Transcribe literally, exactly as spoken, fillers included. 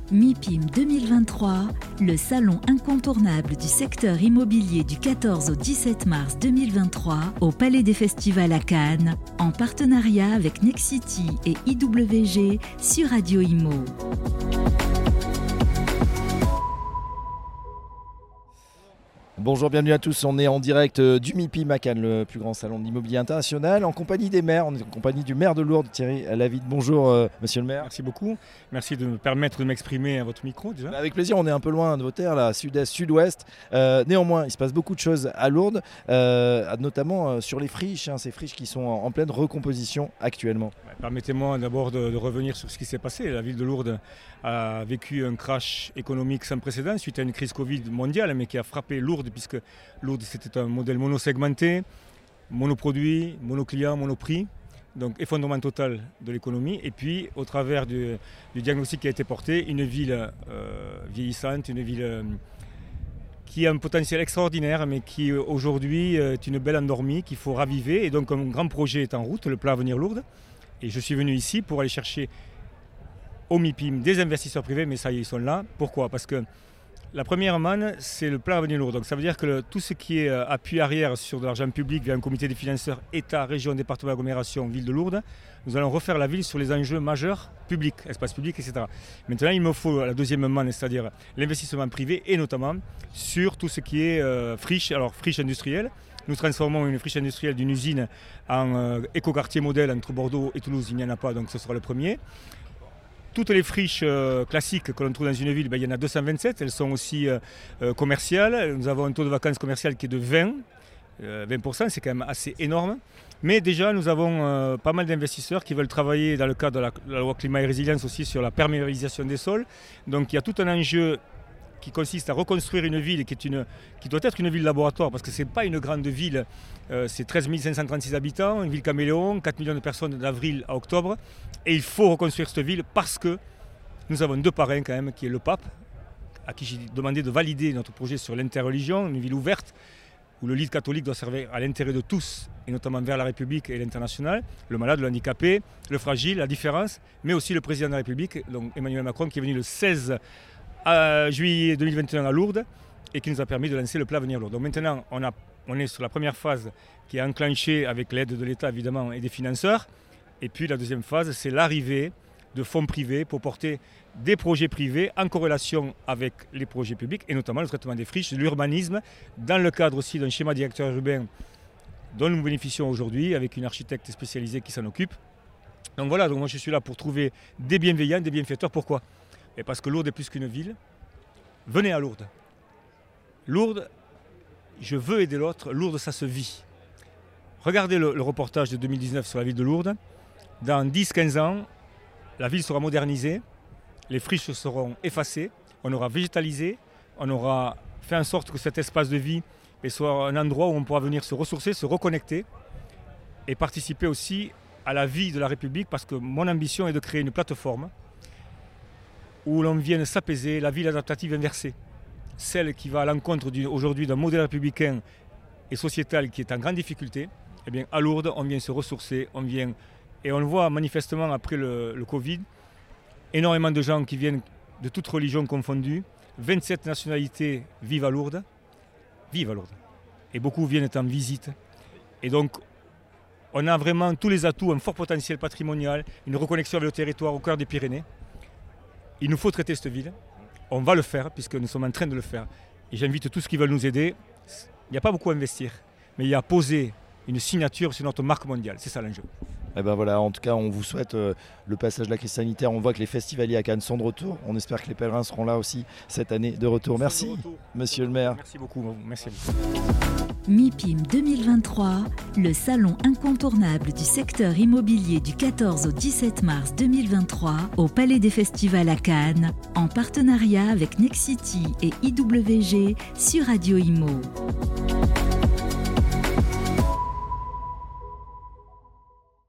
MIPIM deux mille vingt-trois, le salon incontournable du secteur immobilier du quatorze au dix-sept mars deux mille vingt-trois au Palais des Festivals à Cannes, en partenariat avec Nexity et I W G sur Radio Imo. Bonjour, bienvenue à tous. On est en direct du MIPIM à Cannes, le plus grand salon de l'immobilier international, en compagnie des maires. On est en compagnie du maire de Lourdes, Thierry Lavitte. Bonjour, euh, monsieur le maire. Merci beaucoup. Merci de me permettre de m'exprimer à votre micro déjà. Avec plaisir, on est un peu loin de vos terres, là, sud-est, sud-ouest. Euh, néanmoins, il se passe beaucoup de choses à Lourdes, euh, notamment euh, sur les friches, hein, ces friches qui sont en, en pleine recomposition actuellement. Permettez-moi d'abord de, de revenir sur ce qui s'est passé. La ville de Lourdes a vécu un crash économique sans précédent suite à une crise Covid mondiale, mais qui a frappé Lourdes, puisque Lourdes c'était un modèle monosegmenté, monoproduit, monoclient, monoprix, donc effondrement total de l'économie. Et puis au travers du, du diagnostic qui a été porté, une ville euh, vieillissante, une ville euh, qui a un potentiel extraordinaire, mais qui aujourd'hui est une belle endormie qu'il faut raviver. Et donc un grand projet est en route, le plan Avenir Lourdes. Et je suis venu ici pour aller chercher au MIPIM des investisseurs privés, mais ça y est, ils sont là. Pourquoi ? Parce que la première manne, c'est le plan Avenir Lourdes. Donc ça veut dire que le, tout ce qui est appui arrière sur de l'argent public via un comité des financeurs État, région, département, agglomération, ville de Lourdes, nous allons refaire la ville sur les enjeux majeurs publics, espace public, et cetera. Maintenant, il me faut la deuxième manne, c'est-à-dire l'investissement privé et notamment sur tout ce qui est euh, friche, alors friche industrielle. Nous transformons une friche industrielle d'une usine en euh, écoquartier modèle entre Bordeaux et Toulouse. Il n'y en a pas, donc ce sera le premier. Toutes les friches euh, classiques que l'on trouve dans une ville, ben, il y en a deux cent vingt-sept. Elles sont aussi euh, euh, commerciales. Nous avons un taux de vacances commerciales qui est de vingt, euh, vingt pour cent, c'est quand même assez énorme. Mais déjà, nous avons euh, pas mal d'investisseurs qui veulent travailler dans le cadre de la, de la loi climat et résilience aussi sur la perméabilisation des sols. Donc il y a tout un enjeu qui consiste à reconstruire une ville qui, est une, qui doit être une ville laboratoire, parce que ce n'est pas une grande ville, euh, c'est treize mille cinq cent trente-six habitants, une ville caméléon, quatre millions de personnes d'avril à octobre, et il faut reconstruire cette ville parce que nous avons deux parrains quand même, qui est le pape, à qui j'ai demandé de valider notre projet sur l'interreligion, une ville ouverte, où le lead catholique doit servir à l'intérêt de tous, et notamment vers la République et l'international, le malade, le handicapé, le fragile, la différence, mais aussi le président de la République, donc Emmanuel Macron, qui est venu le seize juillet deux mille vingt et un à Lourdes et qui nous a permis de lancer le plan Avenir Lourdes. Donc maintenant, on, a, on est sur la première phase qui est enclenchée avec l'aide de l'État évidemment et des financeurs. Et puis la deuxième phase, c'est l'arrivée de fonds privés pour porter des projets privés en corrélation avec les projets publics et notamment le traitement des friches, l'urbanisme, dans le cadre aussi d'un schéma directeur urbain dont nous bénéficions aujourd'hui avec une architecte spécialisée qui s'en occupe. Donc voilà, donc moi je suis là pour trouver des bienveillants, des bienfaiteurs. Pourquoi ? Et parce que Lourdes est plus qu'une ville, venez à Lourdes. Lourdes, je veux aider l'autre, Lourdes ça se vit. Regardez le, le reportage de deux mille dix-neuf sur la ville de Lourdes. Dans dix à quinze ans, la ville sera modernisée, les friches seront effacées, on aura végétalisé, on aura fait en sorte que cet espace de vie soit un endroit où on pourra venir se ressourcer, se reconnecter et participer aussi à la vie de la République, parce que mon ambition est de créer une plateforme où l'on vienne s'apaiser, la ville adaptative inversée, celle qui va à l'encontre aujourd'hui d'un modèle républicain et sociétal qui est en grande difficulté. Eh bien, à Lourdes, on vient se ressourcer, on vient, et on le voit manifestement après le, le Covid, énormément de gens qui viennent de toutes religions confondues, vingt-sept nationalités vivent à Lourdes, vivent à Lourdes, et beaucoup viennent en visite. Et donc, on a vraiment tous les atouts, un fort potentiel patrimonial, une reconnexion avec le territoire au cœur des Pyrénées. Il nous faut traiter cette ville, on va le faire puisque nous sommes en train de le faire. Et j'invite tous qui veulent nous aider, il n'y a pas beaucoup à investir, mais il y a à poser une signature sur notre marque mondiale, c'est ça l'enjeu. Et ben voilà, en tout cas, on vous souhaite euh, le passage de la crise sanitaire. On voit que les festivaliers à Cannes sont de retour. On espère que les pèlerins seront là aussi cette année de retour. Merci, de retour. Monsieur le maire. Merci beaucoup. Merci beaucoup. MIPIM deux mille vingt-trois, le salon incontournable du secteur immobilier du quatorze au dix-sept mars deux mille vingt-trois au Palais des Festivals à Cannes, en partenariat avec Nexity et I W G sur Radio Imo.